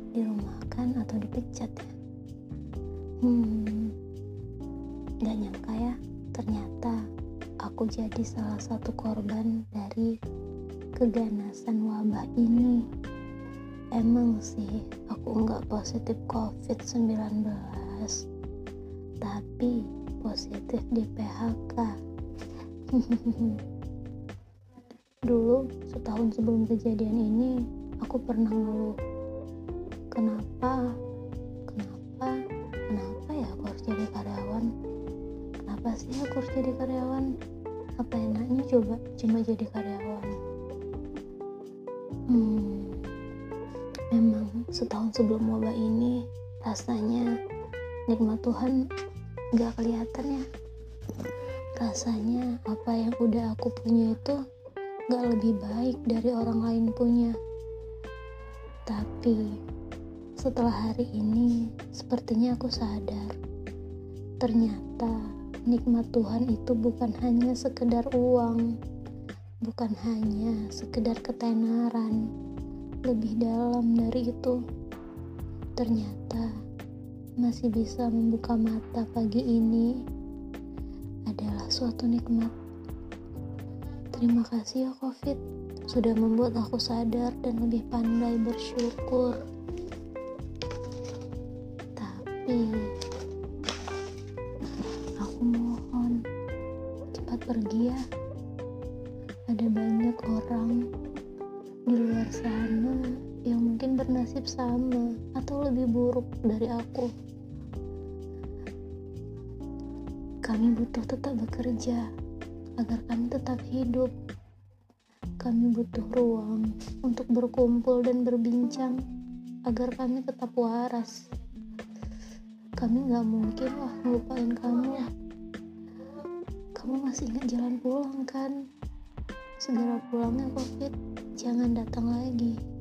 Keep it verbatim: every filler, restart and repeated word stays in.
dirumahkan atau dipecat ya. Hmm, gak nyangka ya, ternyata aku jadi salah satu korban dari keganasan wabah ini. Emang sih aku nggak positif covid sembilan belas, tapi positif di P H K. Dulu setahun sebelum kejadian ini aku pernah ngeluh, kenapa kenapa kenapa ya aku harus jadi karyawan, kenapa sih aku harus jadi karyawan, apa enaknya coba cuma jadi karyawan. hmm Memang setahun sebelum wabah ini rasanya nikmat Tuhan gak kelihatan ya. Rasanya apa yang udah aku punya itu gak lebih baik dari orang lain punya. Tapi setelah hari ini sepertinya aku sadar, ternyata nikmat Tuhan itu bukan hanya sekedar uang, bukan hanya sekedar ketenaran. Lebih dalam dari itu, ternyata masih bisa membuka mata pagi ini adalah suatu nikmat. Terima kasih ya COVID, sudah membuat aku sadar dan lebih pandai bersyukur. Tapi aku mohon cepat pergi ya. Ada banyak orang di luar sana yang mungkin bernasib sama atau lebih buruk dari aku. Kami butuh tetap bekerja agar kami tetap hidup. Kami butuh ruang untuk berkumpul dan berbincang agar kami tetap waras. Kami gak mungkin lah ngelupain kamu. Kamu masih ingat jalan pulang kan? Segera pulang ya COVID, jangan datang lagi.